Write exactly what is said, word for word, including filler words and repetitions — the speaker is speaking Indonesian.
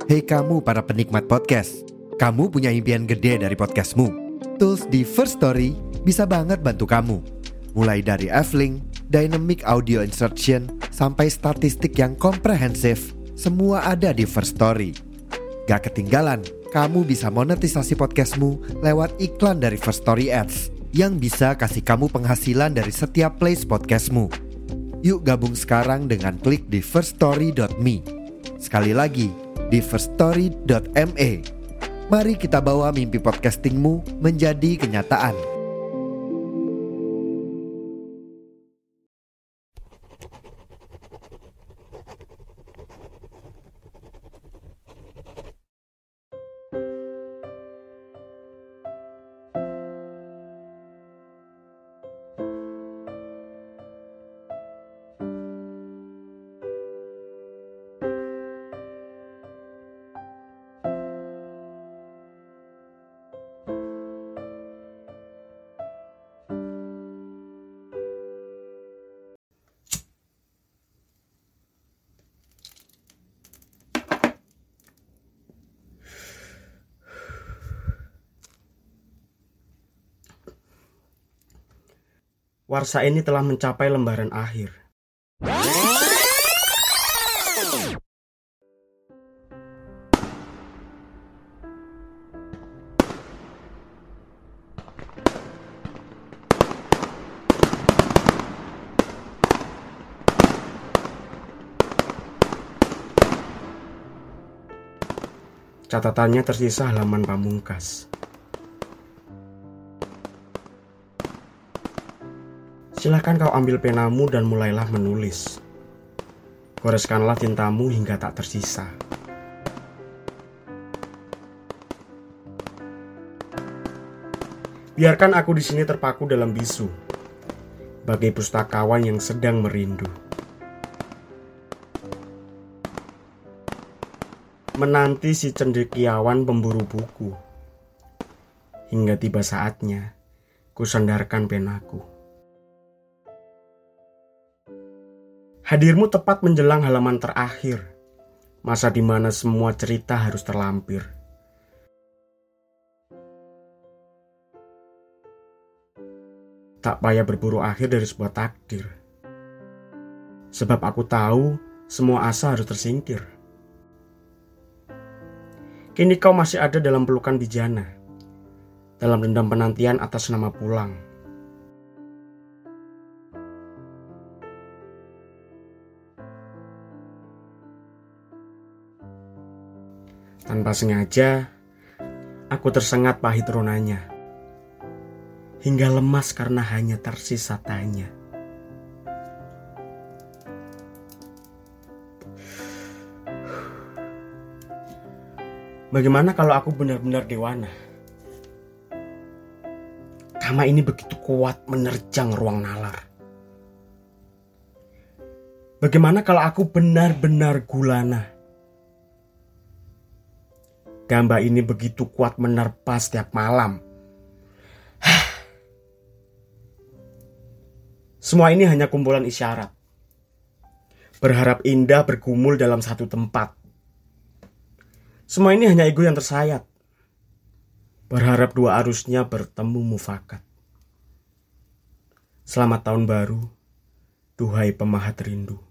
Hei kamu para penikmat podcast, kamu punya impian gede dari podcastmu. Tools di First Story bisa banget bantu kamu. Mulai dari F-Link, Dynamic Audio Insertion, sampai statistik yang komprehensif, semua ada di First Story. Gak ketinggalan, kamu bisa monetisasi podcastmu lewat iklan dari First Story Ads yang bisa kasih kamu penghasilan dari setiap plays podcastmu. Yuk gabung sekarang dengan klik di first story dot me. Sekali lagi, di first story dot me. Mari kita bawa mimpi podcastingmu menjadi kenyataan. Warsa ini telah mencapai lembaran akhir. Catatannya tersisa halaman pamungkas. Silakan kau ambil penamu dan mulailah menulis. Goreskanlah tintamu hingga tak tersisa. Biarkan aku di sini terpaku dalam bisu, bagai pustakawan yang sedang merindu. Menanti si cendekiawan pemburu buku, hingga tiba saatnya kusandarkan penaku. Hadirmu tepat menjelang halaman terakhir, masa di mana semua cerita harus terlampir. Tak payah berburu akhir dari sebuah takdir, sebab aku tahu semua asa harus tersingkir. Kini kau masih ada dalam pelukan bijana, dalam dendam penantian atas nama pulang. Tanpa sengaja, aku tersengat pahit ronanya, hingga lemas karena hanya tersisa tanya. Bagaimana kalau aku benar-benar dewana? Kama ini begitu kuat menerjang ruang nalar. Bagaimana kalau aku benar-benar gulana? Gamba ini begitu kuat menerpa setiap malam. Semua ini hanya kumpulan isyarat. Berharap indah bergumul dalam satu tempat. Semua ini hanya ego yang tersayat. Berharap dua arusnya bertemu mufakat. Selamat tahun baru, duhai pemahat rindu.